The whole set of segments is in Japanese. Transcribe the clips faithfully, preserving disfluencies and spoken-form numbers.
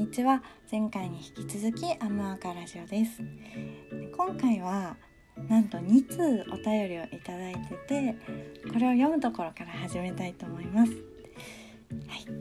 にちは。前回に引き続きアムアカラジオです。今回はなんとにつうお便りをいただいてて、これを読むところから始めたいと思います。はい、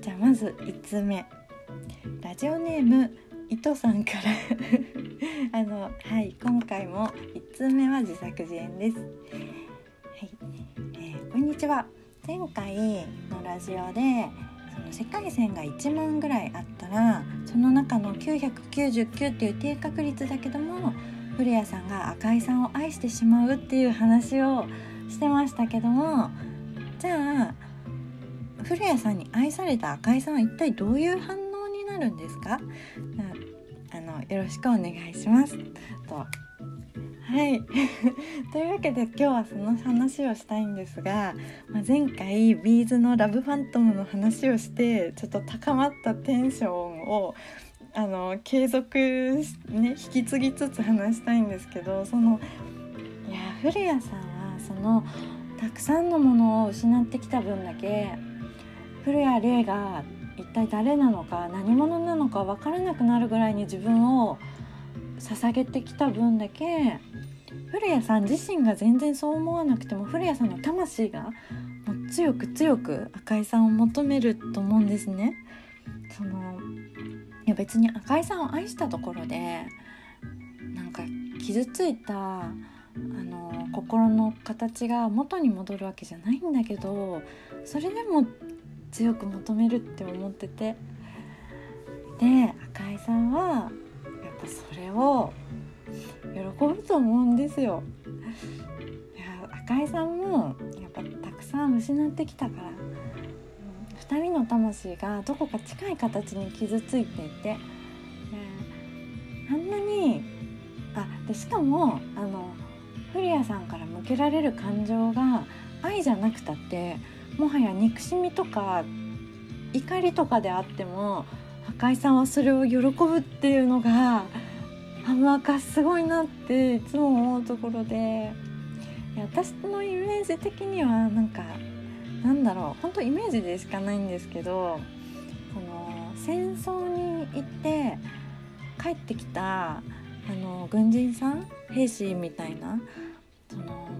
じゃあまずいつつめ、ラジオネームいとさんからあのはい今回もいつつめは自作自演です。はい、えー、こんにちは。前回のラジオでその世界線がいちまんぐらいあったら、その中のきゅうひゃくきゅうじゅうきゅうっていう低確率だけども、古谷さんが赤井さんを愛してしまうっていう話をしてましたけども、じゃあ古谷さんに愛された赤井さんは一体どういう反応になるんですか？あのよろしくお願いしますと。はいというわけで今日はその話をしたいんですが、まあ、前回ビーズのラブファントムの話をしてちょっと高まったテンションをあの継続、ね、引き継ぎつつ話したいんですけど、そのいや古谷さんはそのたくさんのものを失ってきた分だけ、古谷玲が一体誰なのか何者なのか分からなくなるぐらいに自分を捧げてきた分だけ、古谷さん自身が全然そう思わなくても古谷さんの魂がもう強く強く赤井さんを求めると思うんですね。そのいや別に赤井さんを愛したところでなんか傷ついたあの心の形が元に戻るわけじゃないんだけど、それでも強く求めるって思ってて、で赤井さんはやっぱそれを喜ぶと思うんですよ。いや赤井さんもやっぱたくさん失ってきたから、ふたりの魂がどこか近い形に傷ついていて、あんなにあでしかもあの古谷さんから向けられる感情が愛じゃなくたって、もはや憎しみとか怒りとかであっても赤井さんはそれを喜ぶっていうのがアムアカすごいなっていつも思うところで、いや私のイメージ的にはなんかなんだろう本当イメージでしかないんですけど、その戦争に行って帰ってきたあの軍人さん兵士みたいな、その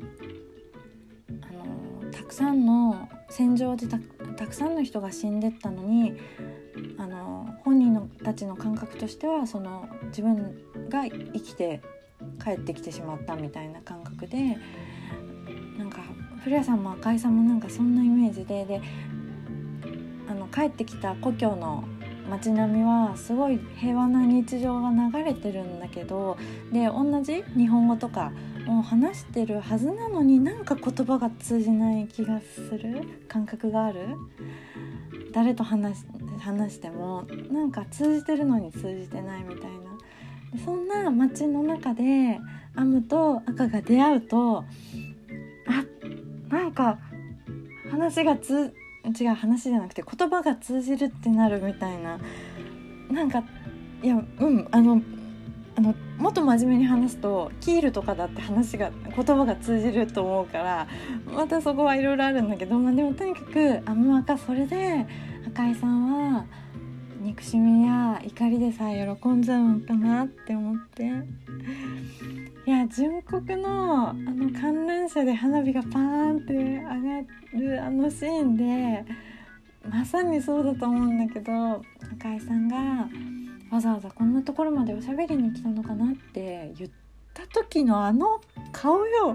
あのたくさんの戦場で た, たくさんの人が死んでったのに、あの本人のたちの感覚としてはその自分が生きて帰ってきてしまったみたいな感覚で、なんか古谷さんも赤井さんもなんかそんなイメージで、であの帰ってきた故郷の街並みはすごい平和な日常が流れてるんだけど、で同じ日本語とかを話してるはずなのに、なんか言葉が通じない気がする感覚がある。誰と話し、話してもなんか通じてるのに通じてないみたいな。でそんな街の中でアムと赤が出会うと、あ、なんか話が通違う話じゃなくて言葉が通じるってなるみたいな、なんかいやうんあのあのもっと真面目に話すとキールとかだって話が言葉が通じると思うから、またそこはいろいろあるんだけど、まあ、でもとにかくアムアカそれで赤井さんは憎しみや怒りでさえ喜んじゃうのかなって思って、いや純国のあの観覧車で花火がパーンって上がるあのシーンでまさにそうだと思うんだけど、赤井さんがわざわざこんなところまでおしゃべりに来たのかなって言った時のあの顔よ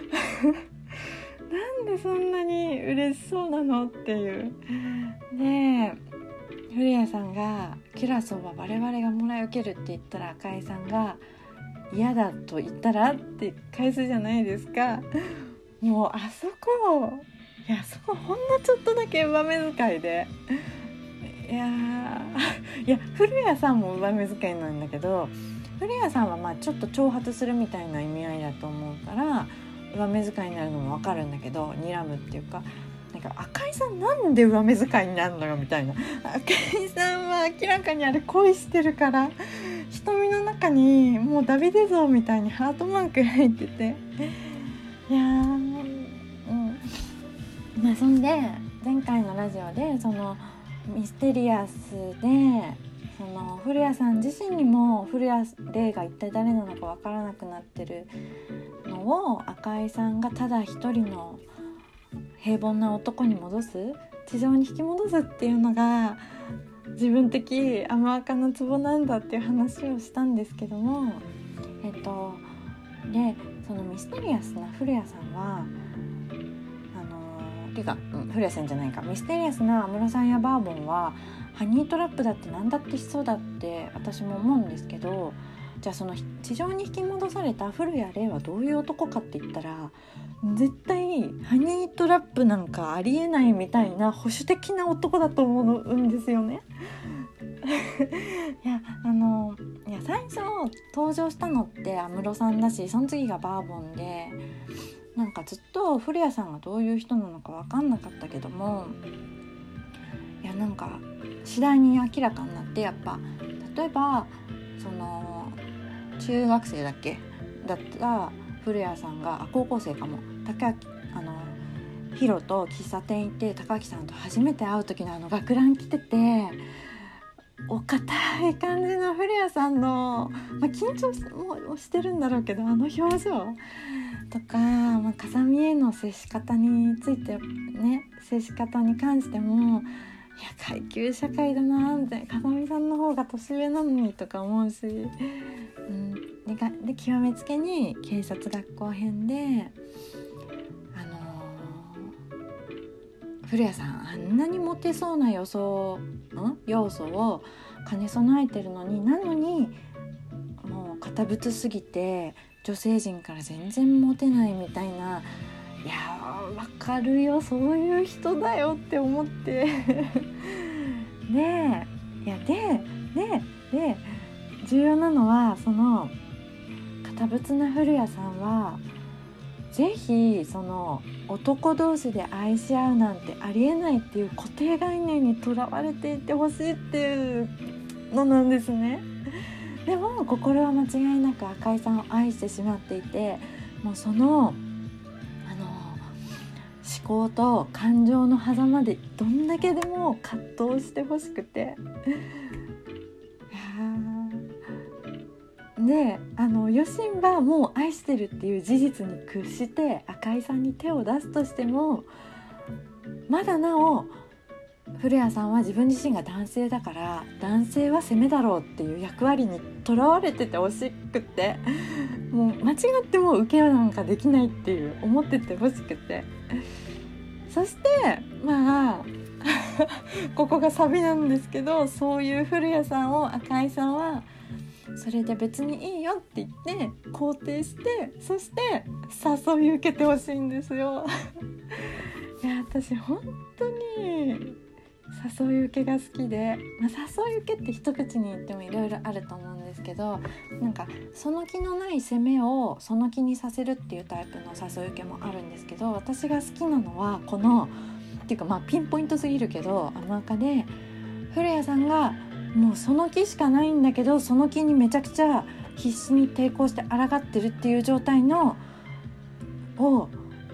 なんでそんなに嬉しそうなのっていう。で古谷さんがキュラソーは我々がもらい受けるって言ったら、赤井さんが嫌だと言ったらって返すじゃないですか。もうあそこいやそこほんのちょっとだけ上目遣いで、いやいや古谷さんも上目遣いなんだけど、古谷さんはまあちょっと挑発するみたいな意味合いだと思うから上目遣いになるのも分かるんだけど、睨むっていうか、なんか赤井さんなんで上目遣いになるのよみたいな。赤井さんは明らかにあれ恋してるから、瞳の中にもうダビデ像みたいにハートマーク入ってて、いやー、うんまあ、そんで前回のラジオでそのミステリアスで、その古谷さん自身にも古谷霊が一体誰なのか分からなくなってるのを赤井さんがただ一人の平凡な男に戻す、地上に引き戻すっていうのが自分的甘赤のツボなんだっていう話をしたんですけども、えっとでそのミステリアスな古谷さんはあのー、ていうか、うん、古谷さんじゃないかミステリアスな安室さんやバーボンはハニートラップだって何だってしそうだって私も思うんですけど、じゃあその地上に引き戻された古谷霊はどういう男かって言ったら、絶対ハニートラップなんかありえないみたいな保守的な男だと思うんですよねいやあのいや最初登場したのって安室さんだし、その次がバーボンで、なんかずっと古谷さんがどういう人なのか分かんなかったけども、いやなんか次第に明らかになって、やっぱ例えばその中学生だっけだった古谷さんがあ高校生かも高明あのヒロと喫茶店行って高木さんと初めて会う時のあの学ラン着ててお堅い感じの古谷さんの、まあ、緊張 し, もしてるんだろうけどあの表情とか、まあ、風見への接し方についてね接し方に関しても、いや階級社会だなみたいな、風見さんの方が年上なのにとか思うし、うん、で, がで極めつけに警察学校編であのー、古谷さんあんなにモテそうな予想ん要素を兼ね備えてるのに、なのにもう堅物すぎて女性陣から全然モテないみたいな、いやわかるよそういう人だよって思ってでいやででで重要なのはその堅物な古谷さんはぜひその男同士で愛し合うなんてありえないっていう固定概念にとらわれていてほしいっていうのなんですね。でも心は間違いなく赤井さんを愛してしまっていて、もうそのあの思考と感情の狭間でどんだけでも葛藤してほしくてであの余震はもう愛してるっていう事実に屈して赤井さんに手を出すとしても、まだなお古谷さんは自分自身が男性だから男性は攻めだろうっていう役割にとらわれててほしくて、もう間違っても受けなんかできないっていう思っててほしくて、そしてまあここがサビなんですけど、そういう古谷さんを赤井さんはそれで別にいいよって言って肯定して、そして誘い受けてほしいんですよいや私本当に誘い受けが好きで、まあ、誘い受けって一口に言ってもいろいろあると思うんですけど、なんかその気のない攻めをその気にさせるっていうタイプの誘い受けもあるんですけど、私が好きなのはこのっていうかまあピンポイントすぎるけど甘赤で古谷さんがもうその気しかないんだけどその気にめちゃくちゃ必死に抵抗して抗ってるっていう状態のを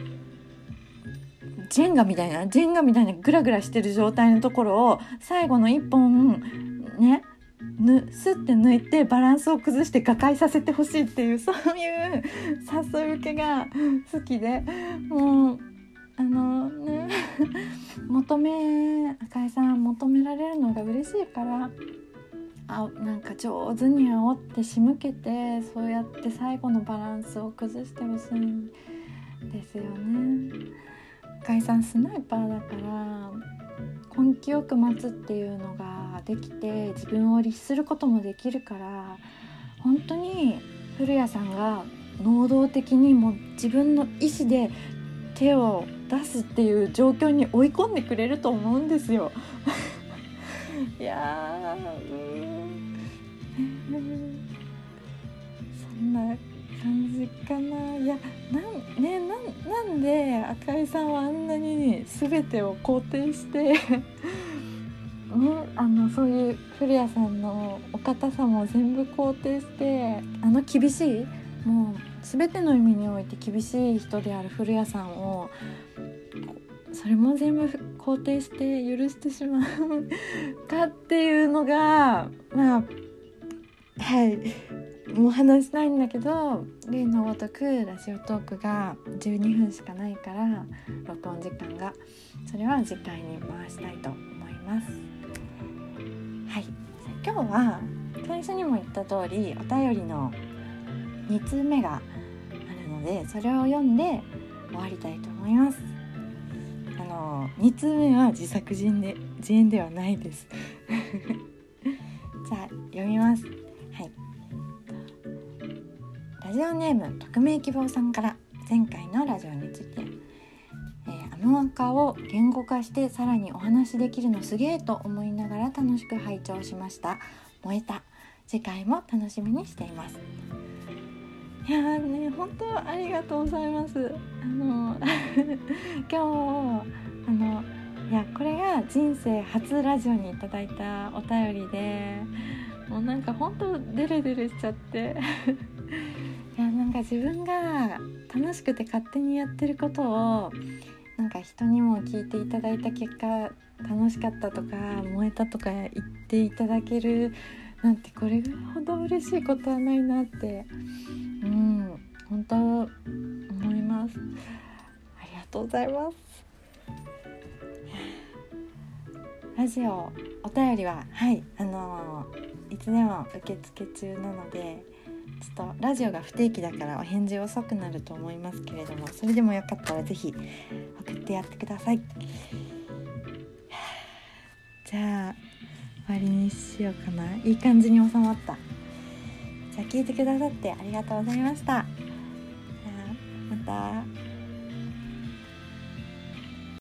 ジェンガみたいなジェンガみたいなグラグラしてる状態のところを最後の一本ねぬスッて抜いてバランスを崩して瓦解させてほしいっていう、そういう誘い受けが好きで、もうあのね求め赤井さん求められるのが嬉しいからあなんか上手に煽って仕向けてそうやって最後のバランスを崩してほしいんですよね。赤井さんスナイパーだから根気よく待つっていうのができて自分を律することもできるから、本当に古谷さんが能動的にも自分の意思で手を出すっていう状況に追い込んでくれると思うんですよいやーうんそんな感じかな。いやなん、ね、な, なんで赤井さんはあんなに全てを肯定してね、あのそういう古谷さんのお堅さも全部肯定してあの厳しいもう全ての意味において厳しい人である古谷さんをそれも全部肯定して許してしまうかっていうのがまあはいもう話したいんだけど、例のごとくラジオトークがじゅうにふんしかないから録音時間が、それは次回に回したいと思います。はい、今日は最初にも言った通りお便りのに通目があるので、それを読んで終わりたいと思います。あのに通目は自作自演で自演ではないですじゃあ読みます。はい、ラジオネーム匿名希望さんから、前回のラジオについて、えー、アムアカを言語化してさらにお話できるのすげーと思いながら楽しく拝聴しました。燃えた。次回も楽しみにしています。いやーね、本当ありがとうございます。あの今日あのいやこれが人生初ラジオにいただいたお便りで、もうなんか本当デレデレしちゃっていやなんか自分が楽しくて勝手にやってることをなんか人にも聞いていただいた結果、楽しかったとか燃えたとか言っていただけるなんて、これほど嬉しいことはないなってうん本当思います。ありがとうございます。ラジオお便りははいあのー、いつでも受付中なので、ちょっとラジオが不定期だからお返事遅くなると思いますけれども、それでもよかったらぜひ送ってやってください。じゃあ終わりにしようかな。いい感じに収まった。じゃあ聞いてくださってありがとうございました。じゃあまた。